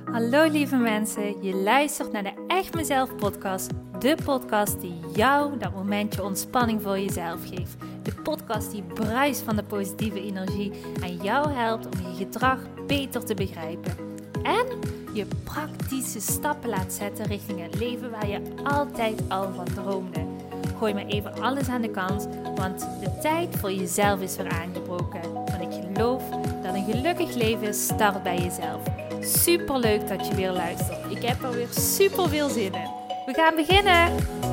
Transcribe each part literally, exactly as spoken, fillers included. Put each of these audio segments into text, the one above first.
Hallo lieve mensen, je luistert naar de Echt Mezelf podcast. De podcast die jou dat momentje ontspanning voor jezelf geeft. De podcast die bruist van de positieve energie en jou helpt om je gedrag beter te begrijpen. En je praktische stappen laat zetten richting het leven waar je altijd al van droomde. Gooi maar even alles aan de kant, want de tijd voor jezelf is weer aangebroken. Want ik geloof dat een gelukkig leven start bij jezelf. Super leuk dat je weer luistert. Ik heb er weer super veel zin in. We gaan beginnen!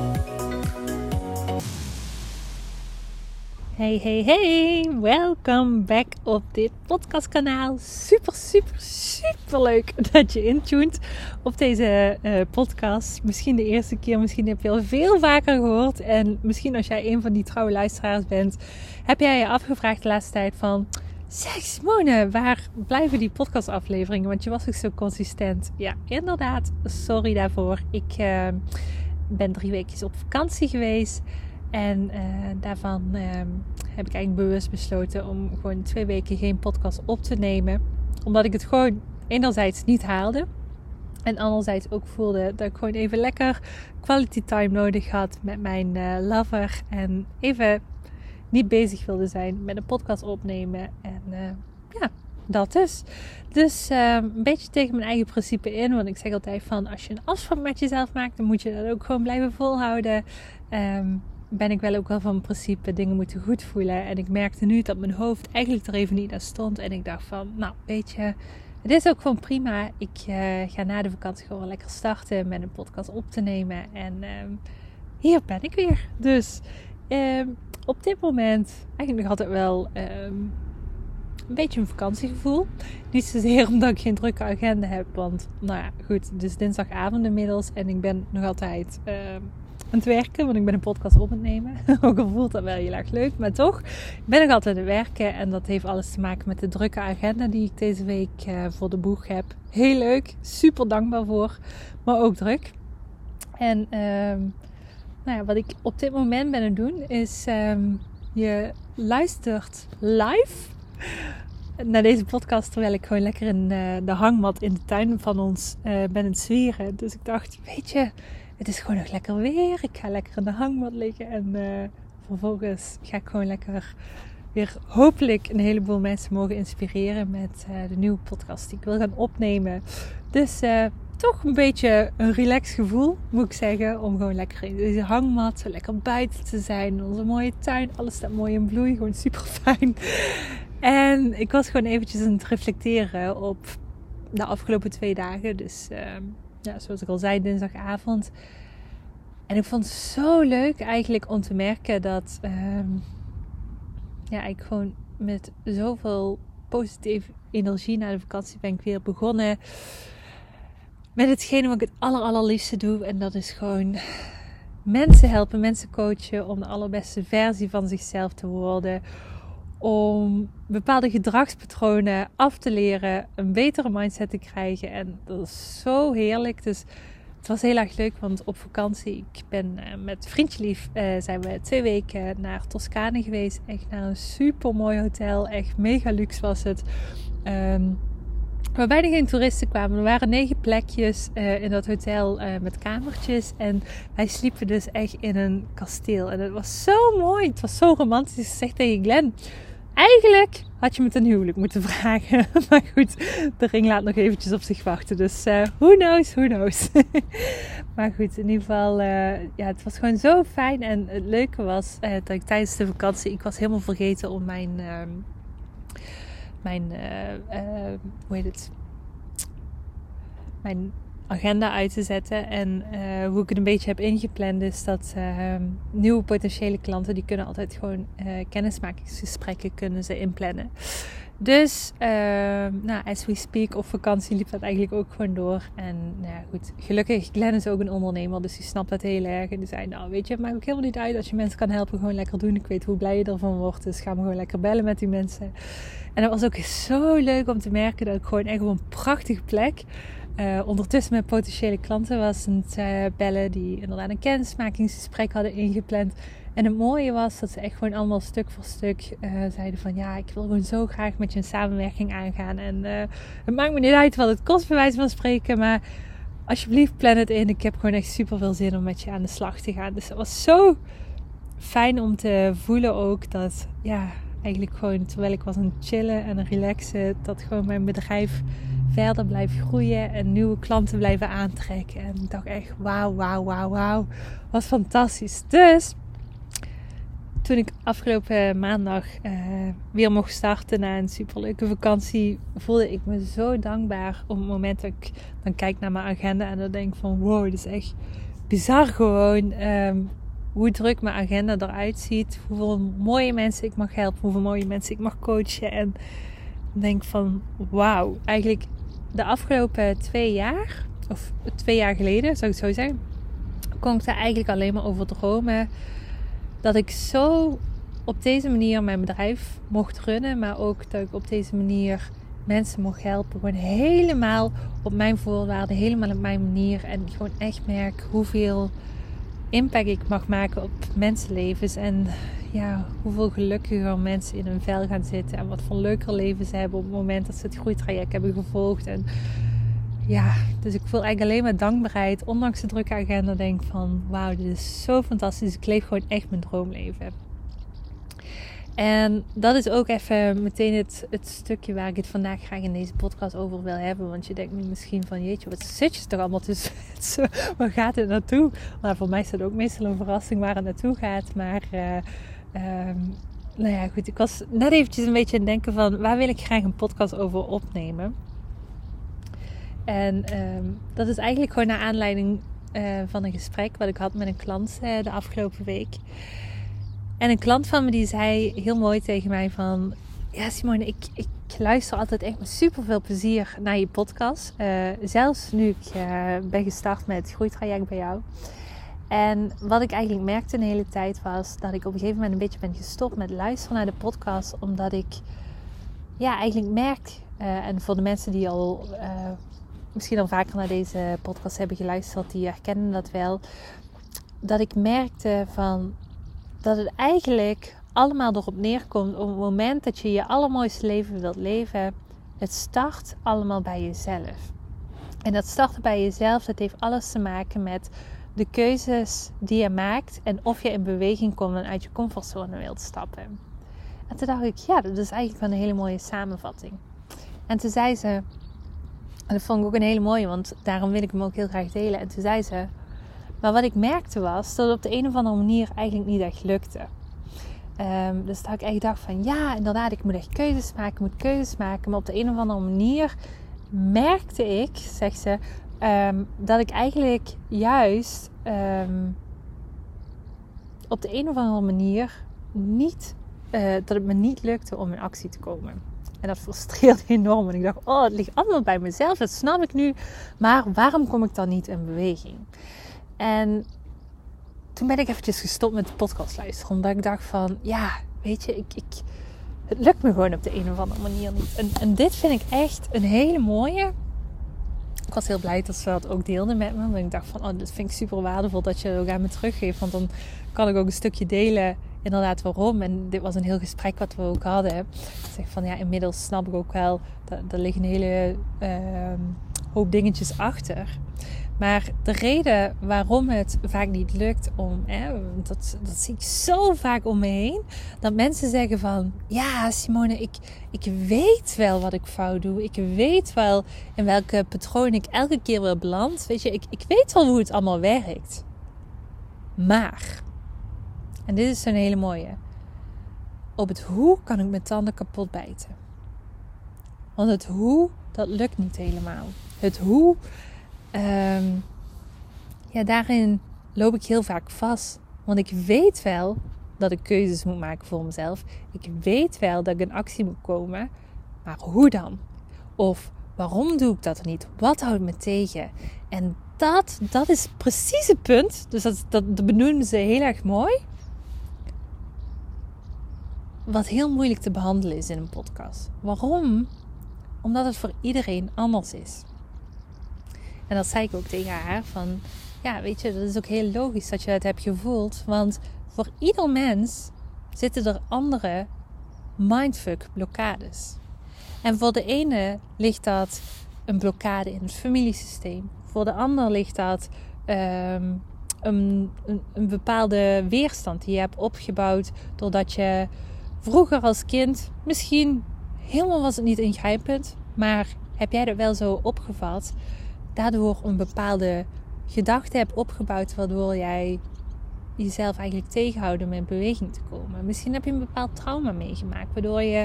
Hey, hey, hey! Welkom back op dit podcastkanaal. Super, super, super leuk dat je intuned op deze uh, podcast. Misschien de eerste keer, misschien heb je al veel vaker gehoord. En misschien als jij een van die trouwe luisteraars bent, heb jij je afgevraagd de laatste tijd van... Zeg Simone, waar blijven die podcastafleveringen? Want je was ook zo consistent. Ja, inderdaad. Sorry daarvoor. Ik uh, ben drie weken op vakantie geweest. En uh, daarvan uh, heb ik eigenlijk bewust besloten om gewoon twee weken geen podcast op te nemen. Omdat ik het gewoon enerzijds niet haalde. En anderzijds ook voelde dat ik gewoon even lekker quality time nodig had met mijn uh, lover. En even... niet bezig wilde zijn met een podcast opnemen. En uh, ja, dat is. Dus uh, een beetje tegen mijn eigen principe in. Want ik zeg altijd van, als je een afspraak met jezelf maakt, dan moet je dat ook gewoon blijven volhouden. Um, ben ik wel ook wel van principe, dingen moeten goed voelen. En ik merkte nu dat mijn hoofd eigenlijk er even niet aan stond. En ik dacht van, nou weet je, het is ook gewoon prima. Ik uh, ga na de vakantie gewoon lekker starten met een podcast op te nemen. En uh, hier ben ik weer. Dus... Uh, op dit moment eigenlijk nog altijd wel um, een beetje een vakantiegevoel. Niet zozeer omdat ik geen drukke agenda heb. Want nou ja, goed, het is dinsdagavond inmiddels. En ik ben nog altijd uh, aan het werken. Want ik ben een podcast op het nemen. Ook al voelt dat wel heel erg leuk. Maar toch, ik ben nog altijd aan het werken. En dat heeft alles te maken met de drukke agenda die ik deze week uh, voor de boeg heb. Heel leuk. Super dankbaar voor. Maar ook druk. En... Uh, Nou ja, wat ik op dit moment ben aan het doen is, um, je luistert live naar deze podcast terwijl ik gewoon lekker in uh, de hangmat in de tuin van ons uh, ben aan het zwieren. Dus ik dacht, weet je, het is gewoon nog lekker weer. Ik ga lekker in de hangmat liggen en uh, vervolgens ga ik gewoon lekker weer hopelijk een heleboel mensen mogen inspireren met uh, de nieuwe podcast die ik wil gaan opnemen. Dus... Uh, toch een beetje een relaxed gevoel, moet ik zeggen. Om gewoon lekker in deze hangmat, zo lekker buiten te zijn. In onze mooie tuin, alles staat mooi in bloei. Gewoon super fijn. En ik was gewoon eventjes aan het reflecteren op de afgelopen twee dagen. Dus uh, ja, zoals ik al zei, dinsdagavond. En ik vond het zo leuk eigenlijk om te merken dat... Uh, ja, ik gewoon met zoveel positieve energie na de vakantie ben ik weer begonnen... met hetgene wat ik het aller, allerliefste doe. En dat is gewoon mensen helpen, mensen coachen. Om de allerbeste versie van zichzelf te worden. Om bepaalde gedragspatronen af te leren. Een betere mindset te krijgen. En dat is zo heerlijk. Dus het was heel erg leuk. Want op vakantie, ik ben uh, met vriendje lief, uh, zijn we twee weken naar Toscane geweest. Echt naar een super mooi hotel. Echt mega luxe was het. Um, Waarbij er geen toeristen kwamen. Er waren negen plekjes uh, in dat hotel uh, met kamertjes. En wij sliepen dus echt in een kasteel. En het was zo mooi. Het was zo romantisch. Ik zeg tegen Glenn, eigenlijk had je me ten huwelijk moeten vragen. Maar goed, de ring laat nog eventjes op zich wachten. Dus uh, who knows, who knows. Maar goed, in ieder geval, uh, ja, het was gewoon zo fijn. En het leuke was uh, dat ik tijdens de vakantie, ik was helemaal vergeten om mijn... Uh, Mijn, uh, uh, hoe heet het? Mijn agenda uit te zetten. En uh, hoe ik het een beetje heb ingepland is dat uh, nieuwe potentiële klanten, die kunnen altijd gewoon uh, kennismakingsgesprekken kunnen ze inplannen. Dus, uh, nou, as we speak, op vakantie liep dat eigenlijk ook gewoon door. En nou ja, goed, gelukkig, Glenn is ook een ondernemer, dus die snapt dat heel erg. En die zei, nou weet je, het maakt ook helemaal niet uit als je mensen kan helpen, gewoon lekker doen. Ik weet hoe blij je ervan wordt, dus ga me gewoon lekker bellen met die mensen. En dat was ook zo leuk om te merken dat ik gewoon echt op een prachtige plek... Uh, ondertussen met potentiële klanten was aan het uh, bellen die inderdaad een kennismakingsgesprek hadden ingepland. En het mooie was dat ze echt gewoon allemaal stuk voor stuk uh, zeiden van... ja, ik wil gewoon zo graag met je een samenwerking aangaan. En uh, het maakt me niet uit wat het kost bij wijze van spreken. Maar alsjeblieft plan het in. Ik heb gewoon echt super veel zin om met je aan de slag te gaan. Dus het was zo fijn om te voelen ook dat... ja, eigenlijk gewoon terwijl ik was aan het chillen en relaxen... dat gewoon mijn bedrijf verder blijft groeien en nieuwe klanten blijven aantrekken. En ik dacht echt wauw, wauw, wauw, wauw. Wat fantastisch. Dus toen ik afgelopen maandag uh, weer mocht starten na een superleuke vakantie, voelde ik me zo dankbaar op het moment dat ik dan kijk naar mijn agenda en dan denk van wow, dit is echt bizar gewoon um, hoe druk mijn agenda eruit ziet, hoeveel mooie mensen ik mag helpen, hoeveel mooie mensen ik mag coachen en denk van wauw, eigenlijk de afgelopen twee jaar of twee jaar geleden zou ik het zo zeggen, kon ik daar eigenlijk alleen maar over dromen. Dat ik zo op deze manier mijn bedrijf mocht runnen. Maar ook dat ik op deze manier mensen mocht helpen. Gewoon helemaal op mijn voorwaarden. Helemaal op mijn manier. En gewoon echt merk hoeveel impact ik mag maken op mensenlevens. En ja, hoeveel gelukkiger mensen in hun vel gaan zitten. En wat voor leuker leven ze hebben op het moment dat ze het groeitraject hebben gevolgd. En ja, dus ik voel eigenlijk alleen maar dankbaarheid. Ondanks de drukke agenda denk van wauw, dit is zo fantastisch. Ik leef gewoon echt mijn droomleven. En dat is ook even meteen het, het stukje waar ik het vandaag graag in deze podcast over wil hebben. Want je denkt nu misschien van jeetje, wat zit je toch allemaal tussen? Waar gaat het naartoe? Nou, voor mij is dat ook meestal een verrassing waar het naartoe gaat. Maar uh, um, nou ja, goed. Ik was net eventjes een beetje aan het denken van waar wil ik graag een podcast over opnemen? En um, dat is eigenlijk gewoon naar aanleiding uh, van een gesprek wat ik had met een klant uh, de afgelopen week. En een klant van me die zei heel mooi tegen mij van... Ja Simone, ik, ik luister altijd echt met super veel plezier naar je podcast. Uh, zelfs nu ik uh, ben gestart met het groeitraject bij jou. En wat ik eigenlijk merkte de hele tijd was dat ik op een gegeven moment een beetje ben gestopt met luisteren naar de podcast. Omdat ik ja, eigenlijk merk, uh, en voor de mensen die al... Uh, misschien al vaker naar deze podcast hebben geluisterd, die herkennen dat wel. Dat ik merkte van dat het eigenlijk allemaal erop neerkomt op het moment dat je je allermooiste leven wilt leven. Het start allemaal bij jezelf. En dat starten bij jezelf, dat heeft alles te maken met de keuzes die je maakt en of je in beweging komt en uit je comfortzone wilt stappen. En toen dacht ik, ja, dat is eigenlijk wel een hele mooie samenvatting. En toen zei ze, en dat vond ik ook een hele mooie, want daarom wil ik hem ook heel graag delen. En toen zei ze, maar wat ik merkte was dat het op de een of andere manier eigenlijk niet echt lukte. Um, dus dat ik echt dacht van ja, inderdaad, ik moet echt keuzes maken, ik moet keuzes maken. Maar op de een of andere manier merkte ik, zegt ze, um, dat ik eigenlijk juist um, op de een of andere manier niet, uh, dat het me niet lukte om in actie te komen. En dat frustreerde enorm. En ik dacht, oh, het ligt allemaal bij mezelf. Dat snap ik nu. Maar waarom kom ik dan niet in beweging? En toen ben ik eventjes gestopt met de podcast luisteren. Omdat ik dacht van, ja, weet je, ik, ik, het lukt me gewoon op de een of andere manier niet. En, en dit vind ik echt een hele mooie. Ik was heel blij dat ze dat ook deelde met me. Want ik dacht van, oh, dit vind ik super waardevol dat je het ook aan me teruggeeft. Want dan kan ik ook een stukje delen. Inderdaad, waarom. En dit was een heel gesprek wat we ook hadden. Ik zeg van, ja, inmiddels snap ik ook wel. Er liggen een hele uh, hoop dingetjes achter. Maar de reden waarom het vaak niet lukt om... Hè, dat, dat zie ik zo vaak om me heen. Dat mensen zeggen van... Ja, Simone, ik, ik weet wel wat ik fout doe. Ik weet wel in welke patroon ik elke keer weer beland. Weet je, ik, ik weet wel hoe het allemaal werkt. Maar... En dit is een hele mooie. Op het hoe kan ik mijn tanden kapot bijten. Want het hoe, dat lukt niet helemaal. Het hoe... Um, ja, daarin loop ik heel vaak vast. Want ik weet wel dat ik keuzes moet maken voor mezelf. Ik weet wel dat ik in actie moet komen. Maar hoe dan? Of waarom doe ik dat niet? Wat houdt me tegen? En dat, dat is precies het punt. Dus dat, dat, dat benoemen ze heel erg mooi. Wat heel moeilijk te behandelen is in een podcast. Waarom? Omdat het voor iedereen anders is. En dat zei ik ook tegen haar van... Ja, weet je, dat is ook heel logisch dat je het hebt gevoeld. Want voor ieder mens zitten er andere mindfuck blokkades. En voor de ene ligt dat een blokkade in het familiesysteem. Voor de ander ligt dat um, een, een, een bepaalde weerstand die je hebt opgebouwd doordat je vroeger als kind, misschien helemaal was het niet ingrijpend, maar heb jij dat wel zo opgevat, daardoor een bepaalde gedachte hebt opgebouwd waardoor jij jezelf eigenlijk tegenhoudt om in beweging te komen. Misschien heb je een bepaald trauma meegemaakt waardoor je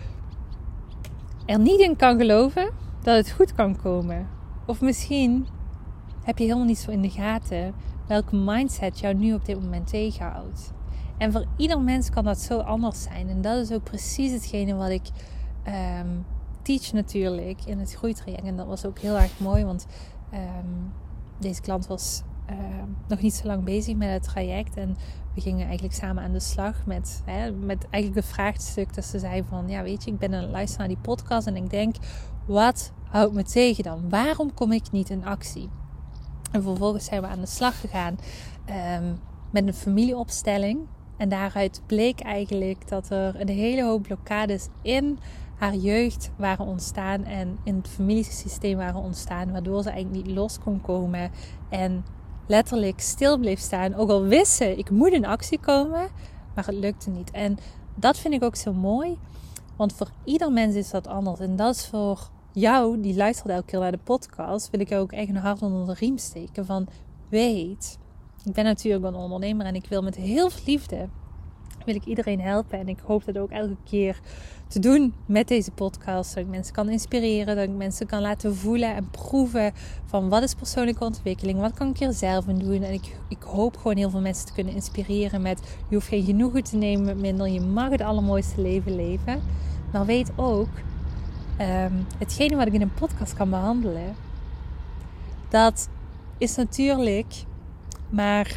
er niet in kan geloven dat het goed kan komen. Of misschien heb je helemaal niet zo in de gaten welke mindset jou nu op dit moment tegenhoudt. En voor ieder mens kan dat zo anders zijn. En dat is ook precies hetgene wat ik um, teach natuurlijk in het groeitraject. En dat was ook heel erg mooi, want um, deze klant was uh, nog niet zo lang bezig met het traject. En we gingen eigenlijk samen aan de slag met, hè, met eigenlijk het vraagstuk dat ze zei van, ja weet je, ik ben aan het luisteren naar die podcast en ik denk, wat houdt me tegen dan? Waarom kom ik niet in actie? En vervolgens zijn we aan de slag gegaan um, met een familieopstelling. En daaruit bleek eigenlijk dat er een hele hoop blokkades in haar jeugd waren ontstaan. En in het familiesysteem waren ontstaan. Waardoor ze eigenlijk niet los kon komen. En letterlijk stil bleef staan. Ook al wist ze, ik moet in actie komen. Maar het lukte niet. En dat vind ik ook zo mooi. Want voor ieder mens is dat anders. En dat is voor jou, die luistert elke keer naar de podcast, wil ik ook echt een hart onder de riem steken. Van weet, ik ben natuurlijk een ondernemer en ik wil met heel veel liefde wil ik iedereen helpen. En ik hoop dat ook elke keer te doen met deze podcast. Dat ik mensen kan inspireren. Dat ik mensen kan laten voelen en proeven van wat is persoonlijke ontwikkeling. Wat kan ik er zelf in doen. En ik, ik hoop gewoon heel veel mensen te kunnen inspireren met je hoeft geen genoegen te nemen met minder. Je mag het allermooiste leven leven. Maar weet ook, um, hetgene wat ik in een podcast kan behandelen, dat is natuurlijk maar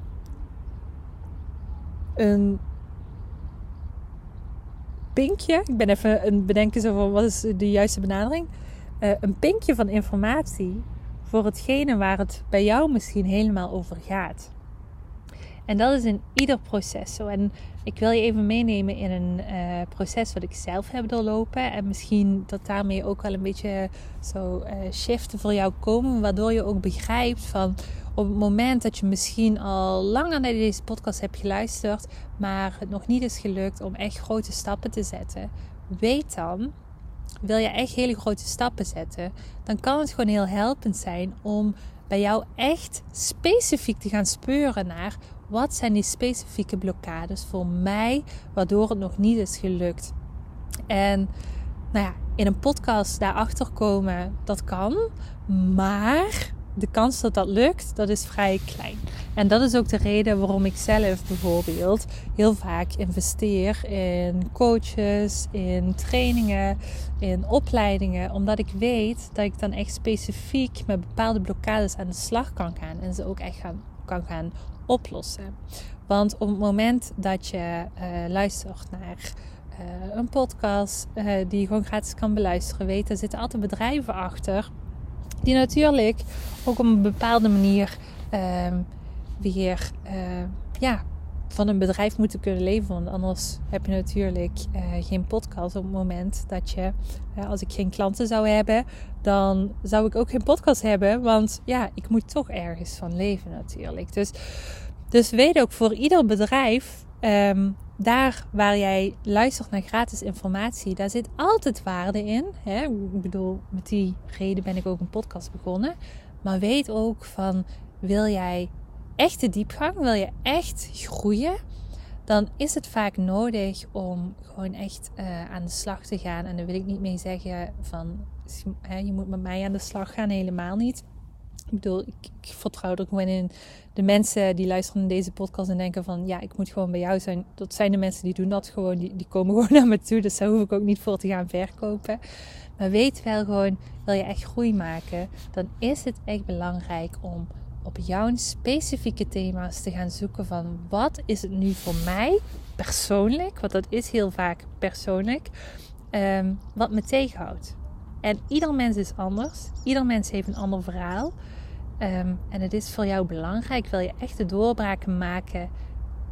een pinkje. Ik ben even een bedenken zo van wat is de juiste benadering. Uh, een pinkje van informatie voor hetgene waar het bij jou misschien helemaal over gaat. En dat is in ieder proces zo. En ik wil je even meenemen in een uh, proces wat ik zelf heb doorlopen. En misschien dat daarmee ook wel een beetje zo uh, shiften voor jou komen. Waardoor je ook begrijpt van op het moment dat je misschien al langer naar deze podcast hebt geluisterd, maar het nog niet is gelukt om echt grote stappen te zetten. Weet dan, wil je echt hele grote stappen zetten, dan kan het gewoon heel helpend zijn om bij jou echt specifiek te gaan speuren naar wat zijn die specifieke blokkades voor mij, waardoor het nog niet is gelukt. En nou ja, in een podcast daarachter komen, dat kan, maar de kans dat dat lukt, dat is vrij klein. En dat is ook de reden waarom ik zelf bijvoorbeeld heel vaak investeer in coaches, in trainingen, in opleidingen. Omdat ik weet dat ik dan echt specifiek met bepaalde blokkades aan de slag kan gaan. En ze ook echt gaan, kan gaan oplossen. Want op het moment dat je uh, luistert naar uh, een podcast uh, die je gewoon gratis kan beluisteren, weet, er zitten altijd bedrijven achter die natuurlijk ook op een bepaalde manier uh, weer uh, ja, van een bedrijf moeten kunnen leven. Want anders heb je natuurlijk uh, geen podcast op het moment dat je, uh, als ik geen klanten zou hebben, dan zou ik ook geen podcast hebben. Want ja, ik moet toch ergens van leven natuurlijk. Dus, dus weet ook voor ieder bedrijf, um, daar waar jij luistert naar gratis informatie, daar zit altijd waarde in. Hè? Ik bedoel, met die reden ben ik ook een podcast begonnen. Maar weet ook van, wil jij echt de diepgang, wil je echt groeien, dan is het vaak nodig om gewoon echt uh, aan de slag te gaan. En daar wil ik niet mee zeggen van, hè, je moet met mij aan de slag gaan, helemaal niet. Ik bedoel, ik, ik vertrouw er gewoon in de mensen die luisteren naar deze podcast en denken van, ja, ik moet gewoon bij jou zijn. Dat zijn de mensen die doen dat gewoon, die, die komen gewoon naar me toe. Dus daar hoef ik ook niet voor te gaan verkopen. Maar weet wel gewoon, wil je echt groei maken, dan is het echt belangrijk om op jouw specifieke thema's te gaan zoeken van, wat is het nu voor mij persoonlijk, want dat is heel vaak persoonlijk, um, wat me tegenhoudt. En ieder mens is anders. Ieder mens heeft een ander verhaal. Um, en het is voor jou belangrijk. Wil je echt de doorbraken maken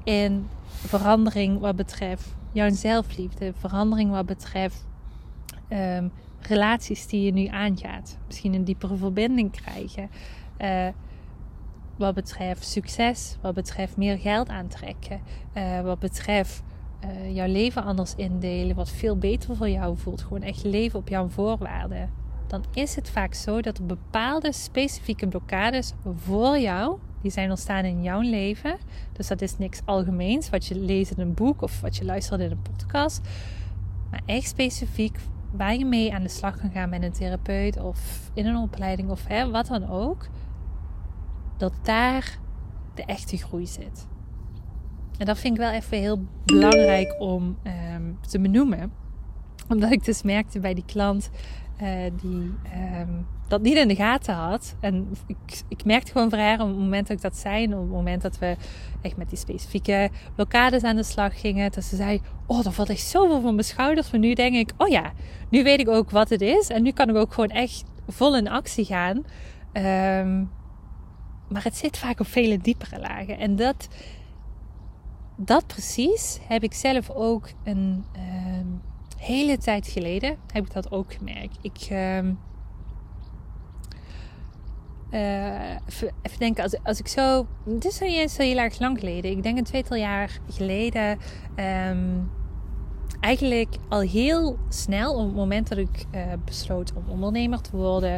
in verandering wat betreft jouw zelfliefde. Verandering wat betreft um, relaties die je nu aangaat. Misschien een diepere verbinding krijgen. Uh, wat betreft succes. Wat betreft meer geld aantrekken. Uh, wat betreft uh, jouw leven anders indelen. Wat veel beter voor jou voelt. Gewoon echt leven op jouw voorwaarden. Dan is het vaak zo dat er bepaalde specifieke blokkades voor jou, die zijn ontstaan in jouw leven. Dus dat is niks algemeens wat je leest in een boek of wat je luistert in een podcast. Maar echt specifiek waar je mee aan de slag kan gaan met een therapeut of in een opleiding of hè, wat dan ook. Dat daar de echte groei zit. En dat vind ik wel even heel belangrijk om um, te benoemen. Omdat ik dus merkte bij die klant uh, die um, dat niet in de gaten had. En ik, ik merkte gewoon voor haar op het moment dat ik dat zei. En op het moment dat we echt met die specifieke blokkades aan de slag gingen. Dat ze zei, oh, dat valt echt zoveel van mijn schouders. Maar nu denk ik, oh ja, nu weet ik ook wat het is. En nu kan ik ook gewoon echt vol in actie gaan. Um, maar het zit vaak op vele diepere lagen. En dat, dat precies heb ik zelf ook een um, hele tijd geleden heb ik dat ook gemerkt. Ik um, uh, even, even denken, als, als ik zo, het is niet eens zo heel erg lang geleden. Ik denk een tweetal jaar geleden. Um, eigenlijk al heel snel, op het moment dat ik uh, besloot om ondernemer te worden,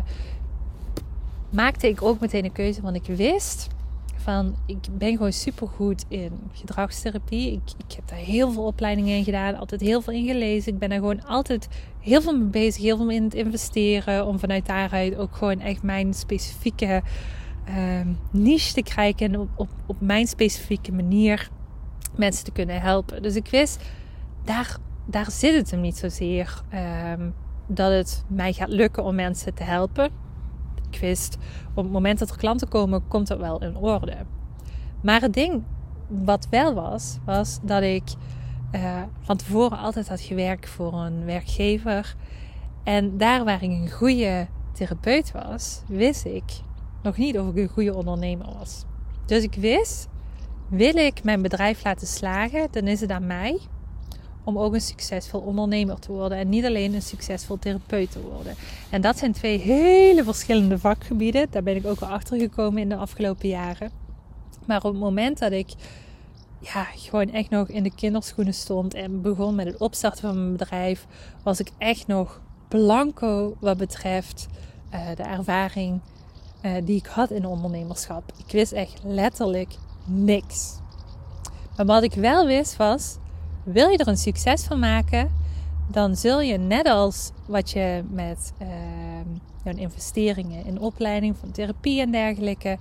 maakte ik ook meteen een keuze. Want ik wist van, ik ben gewoon supergoed in gedragstherapie. Ik, ik heb daar heel veel opleidingen in gedaan. Altijd heel veel in gelezen. Ik ben daar gewoon altijd heel veel mee bezig. Heel veel in het investeren. Om vanuit daaruit ook gewoon echt mijn specifieke uh, niche te krijgen. En op, op, op mijn specifieke manier mensen te kunnen helpen. Dus ik wist, daar, daar zit het hem niet zozeer. Um, dat het mij gaat lukken om mensen te helpen. Ik wist, op het moment dat er klanten komen, komt dat wel in orde. Maar het ding wat wel was, was dat ik uh, van tevoren altijd had gewerkt voor een werkgever. En daar waar ik een goede therapeut was, wist ik nog niet of ik een goede ondernemer was. Dus ik wist, wil ik mijn bedrijf laten slagen, dan is het aan mij om ook een succesvol ondernemer te worden. En niet alleen een succesvol therapeut te worden. En dat zijn twee hele verschillende vakgebieden. Daar ben ik ook al achter gekomen in de afgelopen jaren. Maar op het moment dat ik ja, gewoon echt nog in de kinderschoenen stond en begon met het opstarten van mijn bedrijf, was ik echt nog blanco wat betreft uh, de ervaring uh, die ik had in ondernemerschap. Ik wist echt letterlijk niks. Maar wat ik wel wist was, wil je er een succes van maken, dan zul je net als wat je met uh, jouw investeringen in opleiding van therapie en dergelijke,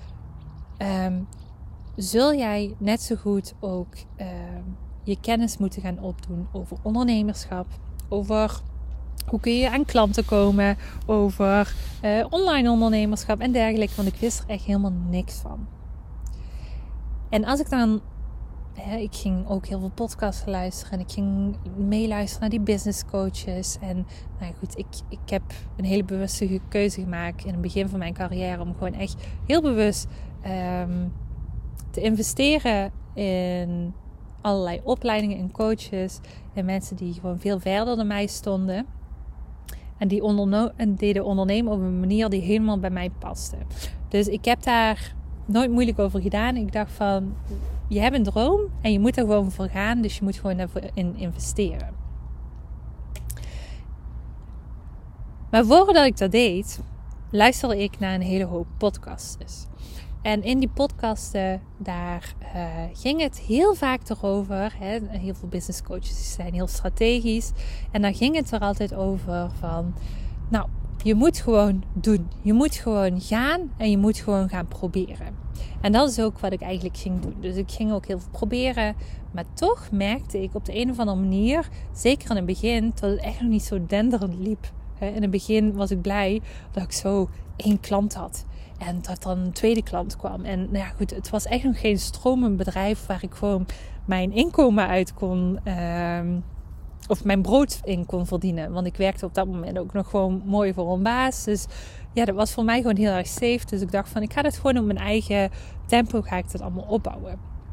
um, zul jij net zo goed ook uh, je kennis moeten gaan opdoen over ondernemerschap, over hoe kun je aan klanten komen, over uh, online ondernemerschap en dergelijke, want ik wist er echt helemaal niks van. En als ik dan Ja, ik ging ook heel veel podcasts luisteren. En ik ging meeluisteren naar die business coaches. En nou goed, ik, ik heb een hele bewuste keuze gemaakt in het begin van mijn carrière. Om gewoon echt heel bewust um, te investeren in allerlei opleidingen en coaches. En mensen die gewoon veel verder dan mij stonden. En die onderno- en deden ondernemen op een manier die helemaal bij mij paste. Dus ik heb daar nooit moeilijk over gedaan. Ik dacht van, je hebt een droom en je moet er gewoon voor gaan. Dus je moet gewoon daarvoor in investeren. Maar voordat ik dat deed, luisterde ik naar een hele hoop podcasts. En in die podcasten, daar uh, ging het heel vaak erover. Hè, heel veel business coaches zijn heel strategisch. En dan ging het er altijd over van, nou, je moet gewoon doen. Je moet gewoon gaan en je moet gewoon gaan proberen. En dat is ook wat ik eigenlijk ging doen. Dus ik ging ook heel veel proberen. Maar toch merkte ik op de een of andere manier, zeker in het begin, dat het echt nog niet zo denderend liep. In het begin was ik blij dat ik zo één klant had. En dat dan een tweede klant kwam. En nou ja, goed, het was echt nog geen stromend bedrijf waar ik gewoon mijn inkomen uit kon, uh, of mijn brood in kon verdienen. Want ik werkte op dat moment ook nog gewoon mooi voor een baas. Dus ja, dat was voor mij gewoon heel erg safe. Dus ik dacht van, ik ga dat gewoon op mijn eigen tempo, ga ik dat allemaal opbouwen.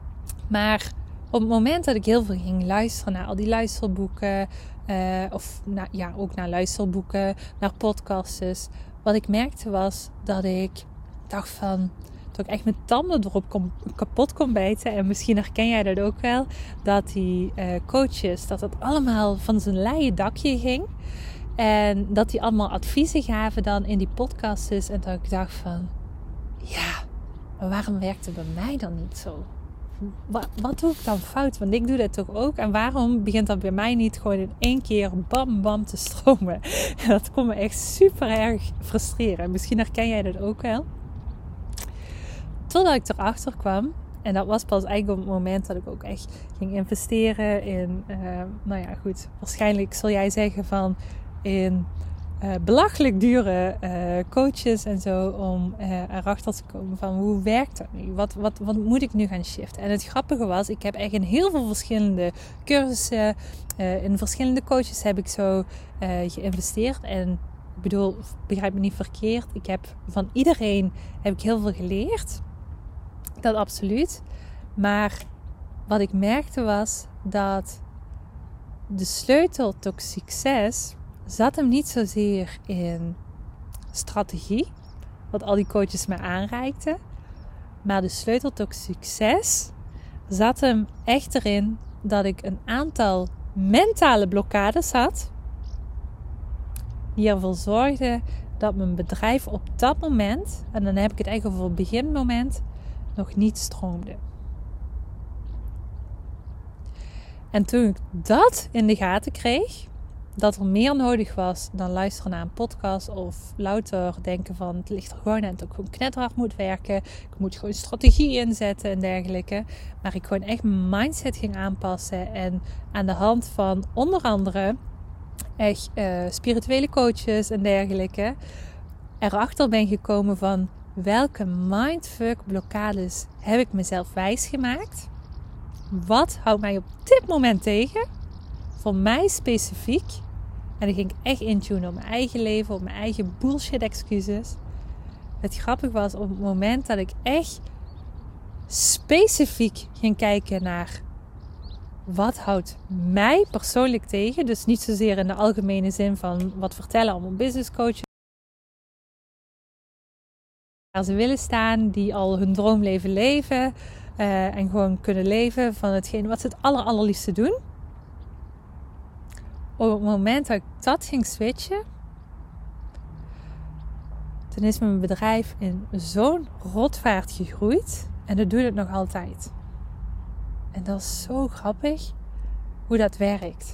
Maar op het moment dat ik heel veel ging luisteren naar al die luisterboeken, uh, of nou, ja, ook naar luisterboeken, naar podcasts, wat ik merkte was dat ik dacht van, dat ik echt mijn tanden erop kon, kapot kon bijten. En misschien herken jij dat ook wel, dat die uh, coaches, dat het allemaal van zijn leien dakje ging. En dat die allemaal adviezen gaven dan in die podcasts. En dat ik dacht van, ja, maar waarom werkt het bij mij dan niet zo? Wat, wat doe ik dan fout? Want ik doe dat toch ook. En waarom begint dat bij mij niet gewoon in één keer bam bam te stromen? En dat kon me echt super erg frustreren. Misschien herken jij dat ook wel. Totdat ik erachter kwam. En dat was pas eigenlijk op het moment dat ik ook echt ging investeren in, uh, nou ja goed, waarschijnlijk zul jij zeggen van in uh, belachelijk dure uh, coaches en zo, om uh, erachter te komen van hoe werkt dat nu? Wat, wat, wat moet ik nu gaan shiften? En het grappige was, ik heb echt in heel veel verschillende cursussen, uh, in verschillende coaches heb ik zo uh, geïnvesteerd. En ik bedoel, begrijp me niet verkeerd, ik heb van iedereen heb ik heel veel geleerd. Dat absoluut. Maar wat ik merkte was dat de sleutel tot succes zat hem niet zozeer in strategie, wat al die coaches me aanreikten. Maar de sleutel tot succes zat hem echt erin dat ik een aantal mentale blokkades had, die ervoor zorgden dat mijn bedrijf op dat moment, en dan heb ik het eigenlijk over het beginmoment, nog niet stroomde. En toen ik dat in de gaten kreeg, dat er meer nodig was dan luisteren naar een podcast of louter denken van het ligt er gewoon aan dat ik gewoon knetterhard moet werken, ik moet gewoon strategie inzetten en dergelijke, maar ik gewoon echt mijn mindset ging aanpassen en aan de hand van onder andere echt uh, spirituele coaches en dergelijke erachter ben gekomen van welke mindfuck blokkades heb ik mezelf wijsgemaakt? Wat houdt mij op dit moment tegen? Voor mij specifiek. En dan ging ik echt intunen op mijn eigen leven, op mijn eigen bullshit excuses. Het grappige was op het moment dat ik echt specifiek ging kijken naar wat houdt mij persoonlijk tegen. Dus niet zozeer in de algemene zin van wat vertellen allemaal business coaches. Waar ze willen staan, die al hun droomleven leven uh, en gewoon kunnen leven van hetgeen wat ze het aller, allerliefste doen. Op het moment dat ik dat ging switchen, toen is mijn bedrijf in zo'n rotvaart gegroeid en dat doet het nog altijd. En dat is zo grappig hoe dat werkt.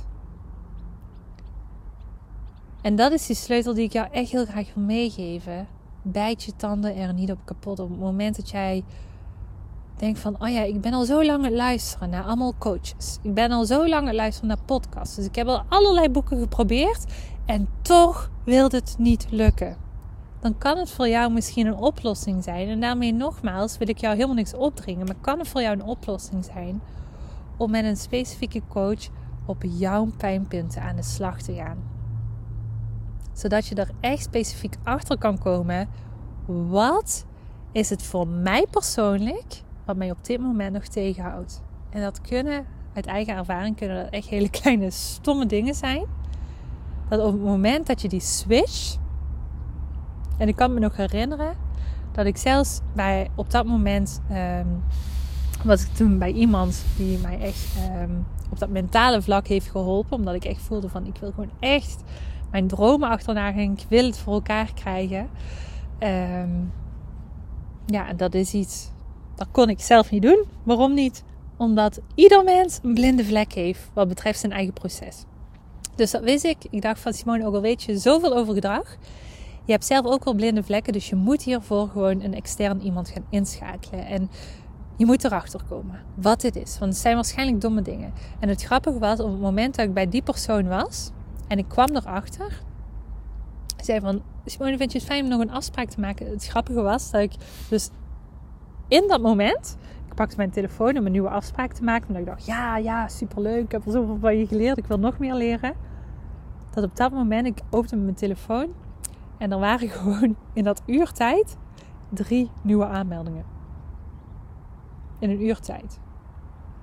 En dat is die sleutel die ik jou echt heel graag wil meegeven. Bijt je tanden er niet op kapot. Op het moment dat jij denkt van, oh ja, ik ben al zo lang aan het luisteren naar allemaal coaches. Ik ben al zo lang aan het luisteren naar podcasts. Dus ik heb al allerlei boeken geprobeerd en toch wil het niet lukken. Dan kan het voor jou misschien een oplossing zijn. En daarmee nogmaals wil ik jou helemaal niks opdringen. Maar kan het voor jou een oplossing zijn om met een specifieke coach op jouw pijnpunten aan de slag te gaan. Zodat je er echt specifiek achter kan komen. Wat is het voor mij persoonlijk wat mij op dit moment nog tegenhoudt? En dat kunnen, uit eigen ervaring, kunnen dat echt hele kleine stomme dingen zijn. Dat op het moment dat je die switch. En ik kan me nog herinneren dat ik zelfs bij, op dat moment um, was ik toen bij iemand die mij echt um, op dat mentale vlak heeft geholpen. Omdat ik echt voelde van ik wil gewoon echt mijn dromen achterna gaan. Ik wil het voor elkaar krijgen. Um, ja, en dat is iets, dat kon ik zelf niet doen. Waarom niet? Omdat ieder mens een blinde vlek heeft wat betreft zijn eigen proces. Dus dat wist ik. Ik dacht van Simone, ook al weet je zoveel over gedrag. Je hebt zelf ook wel blinde vlekken. Dus je moet hiervoor gewoon een extern iemand gaan inschakelen. En je moet erachter komen wat dit is. Want het zijn waarschijnlijk domme dingen. En het grappige was, op het moment dat ik bij die persoon was. En ik kwam erachter. Ik zei van, Simone, vind je het fijn om nog een afspraak te maken? Het grappige was dat ik dus in dat moment. Ik pakte mijn telefoon om een nieuwe afspraak te maken. Omdat ik dacht, ja, ja, superleuk. Ik heb er zoveel van je geleerd. Ik wil nog meer leren. Dat op dat moment, ik opende mijn telefoon. En er waren gewoon in dat uurtijd drie nieuwe aanmeldingen. In een uurtijd.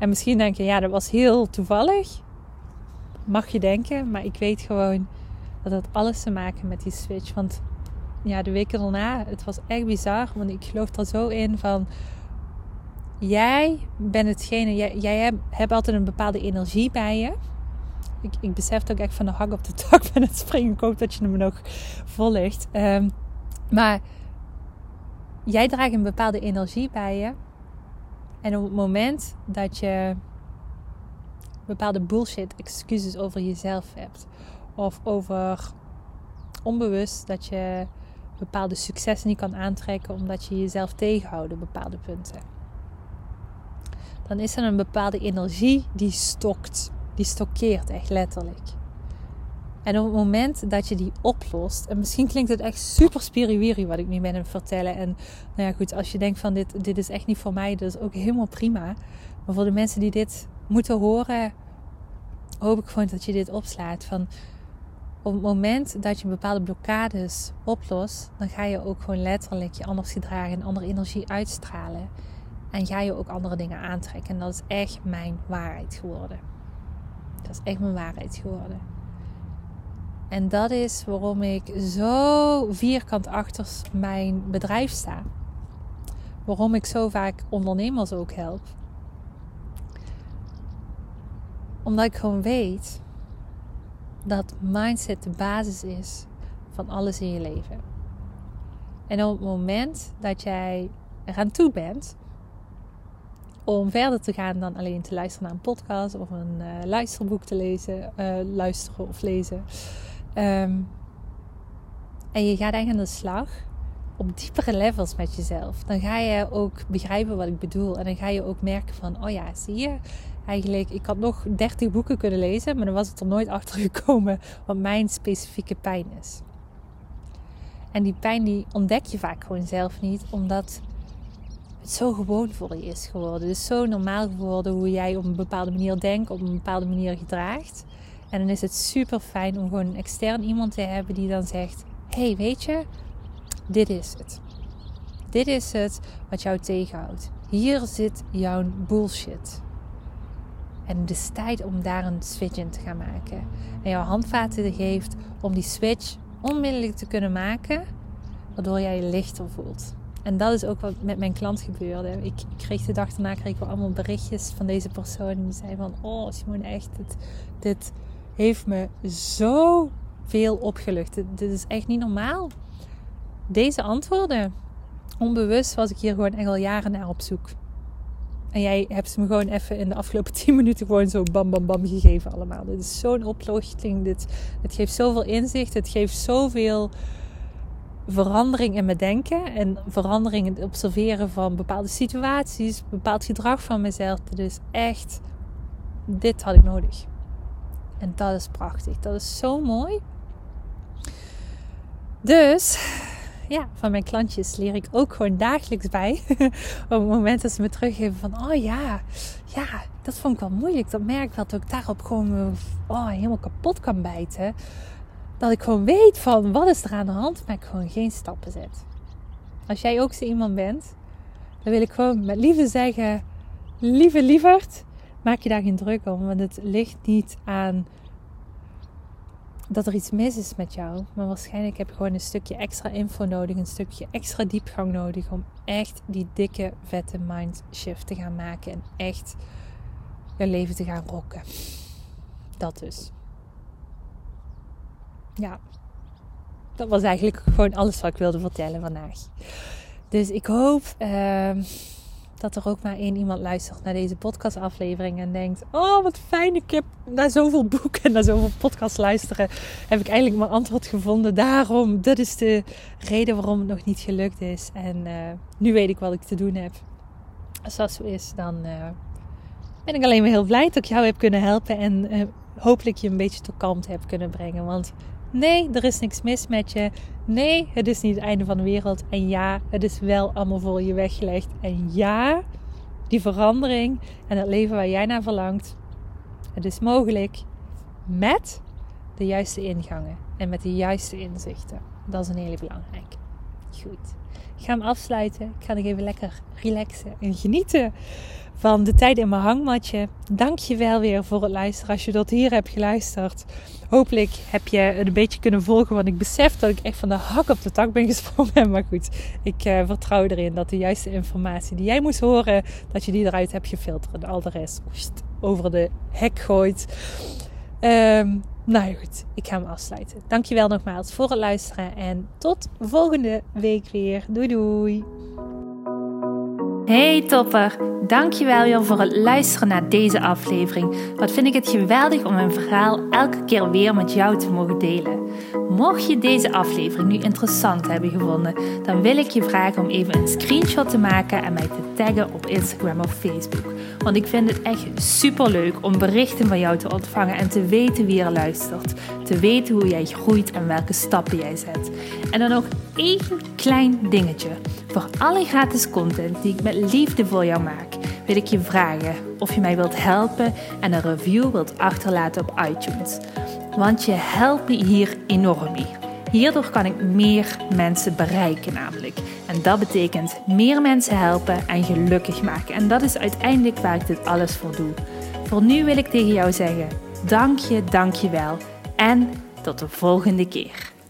En misschien denk je, ja, dat was heel toevallig. Mag je denken, maar ik weet gewoon dat het alles te maken met die switch. Want ja, de weken daarna, het was echt bizar. Want ik geloof er zo in van, jij bent hetgene, jij, jij hebt, hebt altijd een bepaalde energie bij je. Ik, ik besef het ook echt van de hak op de tak met het springen. Ik hoop dat je me nog volgt. Um, maar jij draagt een bepaalde energie bij je. En op het moment dat je bepaalde bullshit excuses over jezelf hebt. Of over onbewust dat je bepaalde successen niet kan aantrekken. Omdat je jezelf tegenhoudt op bepaalde punten. Dan is er een bepaalde energie die stokt. Die stokkeert echt letterlijk. En op het moment dat je die oplost. En misschien klinkt het echt super spiriwiri wat ik nu ben aan het vertellen. En nou ja goed, als je denkt van dit, dit is echt niet voor mij. Dat is ook helemaal prima. Maar voor de mensen die dit moeten horen. Hoop ik gewoon dat je dit opslaat. Van op het moment dat je bepaalde blokkades oplost. Dan ga je ook gewoon letterlijk je anders gedragen. En andere energie uitstralen. En ga je ook andere dingen aantrekken. En dat is echt mijn waarheid geworden. Dat is echt mijn waarheid geworden. En dat is waarom ik zo vierkant achter mijn bedrijf sta. Waarom ik zo vaak ondernemers ook help. Omdat ik gewoon weet dat mindset de basis is van alles in je leven. En op het moment dat jij eraan toe bent om verder te gaan dan alleen te luisteren naar een podcast of een uh, luisterboek te lezen, uh, luisteren of lezen. Um, en je gaat echt aan de slag op diepere levels met jezelf. Dan ga je ook begrijpen wat ik bedoel. En dan ga je ook merken van, oh ja, zie je, eigenlijk, ik had nog dertig boeken kunnen lezen, maar dan was ik er nooit achter gekomen wat mijn specifieke pijn is. En die pijn die ontdek je vaak gewoon zelf niet, omdat het zo gewoon voor je is geworden. Het is zo normaal geworden hoe jij op een bepaalde manier denkt, op een bepaalde manier gedraagt. En dan is het super fijn om gewoon een extern iemand te hebben die dan zegt, hey, weet je, dit is het. Dit is het wat jou tegenhoudt. Hier zit jouw bullshit. En het is tijd om daar een switch in te gaan maken. En jouw handvaten geeft om die switch onmiddellijk te kunnen maken, waardoor jij je lichter voelt. En dat is ook wat met mijn klant gebeurde. Ik, ik kreeg de dag daarna kreeg ik wel allemaal berichtjes van deze persoon. Die zei van, oh Simone, echt, dit, dit heeft me zo veel opgelucht. Dit, dit is echt niet normaal. Deze antwoorden, onbewust was ik hier gewoon echt al jaren naar op zoek. En jij hebt ze me gewoon even in de afgelopen tien minuten gewoon zo bam bam bam gegeven allemaal. Dit is zo'n opluchting. Dit, het geeft zoveel inzicht. Het geeft zoveel verandering in mijn denken. En verandering in het observeren van bepaalde situaties. Bepaald gedrag van mezelf. Dus echt, dit had ik nodig. En dat is prachtig. Dat is zo mooi. Dus ja, van mijn klantjes leer ik ook gewoon dagelijks bij. Op het moment dat ze me teruggeven van, oh ja, ja, dat vond ik wel moeilijk. Dat merk ik wel dat ik daarop gewoon oh, helemaal kapot kan bijten. Dat ik gewoon weet van, wat is er aan de hand, maar ik gewoon geen stappen zet. Als jij ook zo iemand bent, dan wil ik gewoon met liefde zeggen, lieve lieverd, maak je daar geen druk om. Want het ligt niet aan dat er iets mis is met jou. Maar waarschijnlijk heb je gewoon een stukje extra info nodig. Een stukje extra diepgang nodig. Om echt die dikke, vette mindshift te gaan maken. En echt je leven te gaan rocken. Dat dus. Ja. Dat was eigenlijk gewoon alles wat ik wilde vertellen vandaag. Dus ik hoop Uh, dat er ook maar één iemand luistert naar deze podcastaflevering en denkt, oh wat fijn, ik heb na zoveel boeken en na zoveel podcasts luisteren, heb ik eigenlijk mijn antwoord gevonden. Daarom, dat is de reden waarom het nog niet gelukt is. En uh, nu weet ik wat ik te doen heb. Als dat zo is, dan uh, ben ik alleen maar heel blij dat ik jou heb kunnen helpen en uh, hopelijk je een beetje tot kalmte heb kunnen brengen. Want nee, er is niks mis met je. Nee, het is niet het einde van de wereld. En ja, het is wel allemaal voor je weggelegd. En ja, die verandering en het leven waar jij naar verlangt, het is mogelijk met de juiste ingangen en met de juiste inzichten. Dat is een hele belangrijke. Goed. Ik ga hem afsluiten. Ik ga nog even lekker relaxen en genieten van de tijd in mijn hangmatje. Dank je wel weer voor het luisteren. Als je tot hier hebt geluisterd. Hopelijk heb je het een beetje kunnen volgen. Want ik besef dat ik echt van de hak op de tak ben gesprongen. Maar goed, ik uh, vertrouw erin dat de juiste informatie die jij moest horen, dat je die eruit hebt gefilterd. En al de rest oest, over de hek gooit. Um, nou ja, goed, ik ga hem afsluiten. Dankjewel nogmaals voor het luisteren. En tot volgende week weer. Doei doei. Hey topper, dankjewel weer voor het luisteren naar deze aflevering. Wat vind ik het geweldig om mijn verhaal elke keer weer met jou te mogen delen. Mocht je deze aflevering nu interessant hebben gevonden, dan wil ik je vragen om even een screenshot te maken en mij te taggen op Instagram of Facebook. Want ik vind het echt superleuk om berichten van jou te ontvangen en te weten wie er luistert. Te weten hoe jij groeit en welke stappen jij zet. En dan nog één klein dingetje. Voor alle gratis content die ik met liefde voor jou maak, wil ik je vragen of je mij wilt helpen en een review wilt achterlaten op iTunes. Want je helpt me hier enorm mee. Hierdoor kan ik meer mensen bereiken namelijk. En dat betekent meer mensen helpen en gelukkig maken. En dat is uiteindelijk waar ik dit alles voor doe. Voor nu wil ik tegen jou zeggen, dank je, dank je wel. En tot de volgende keer.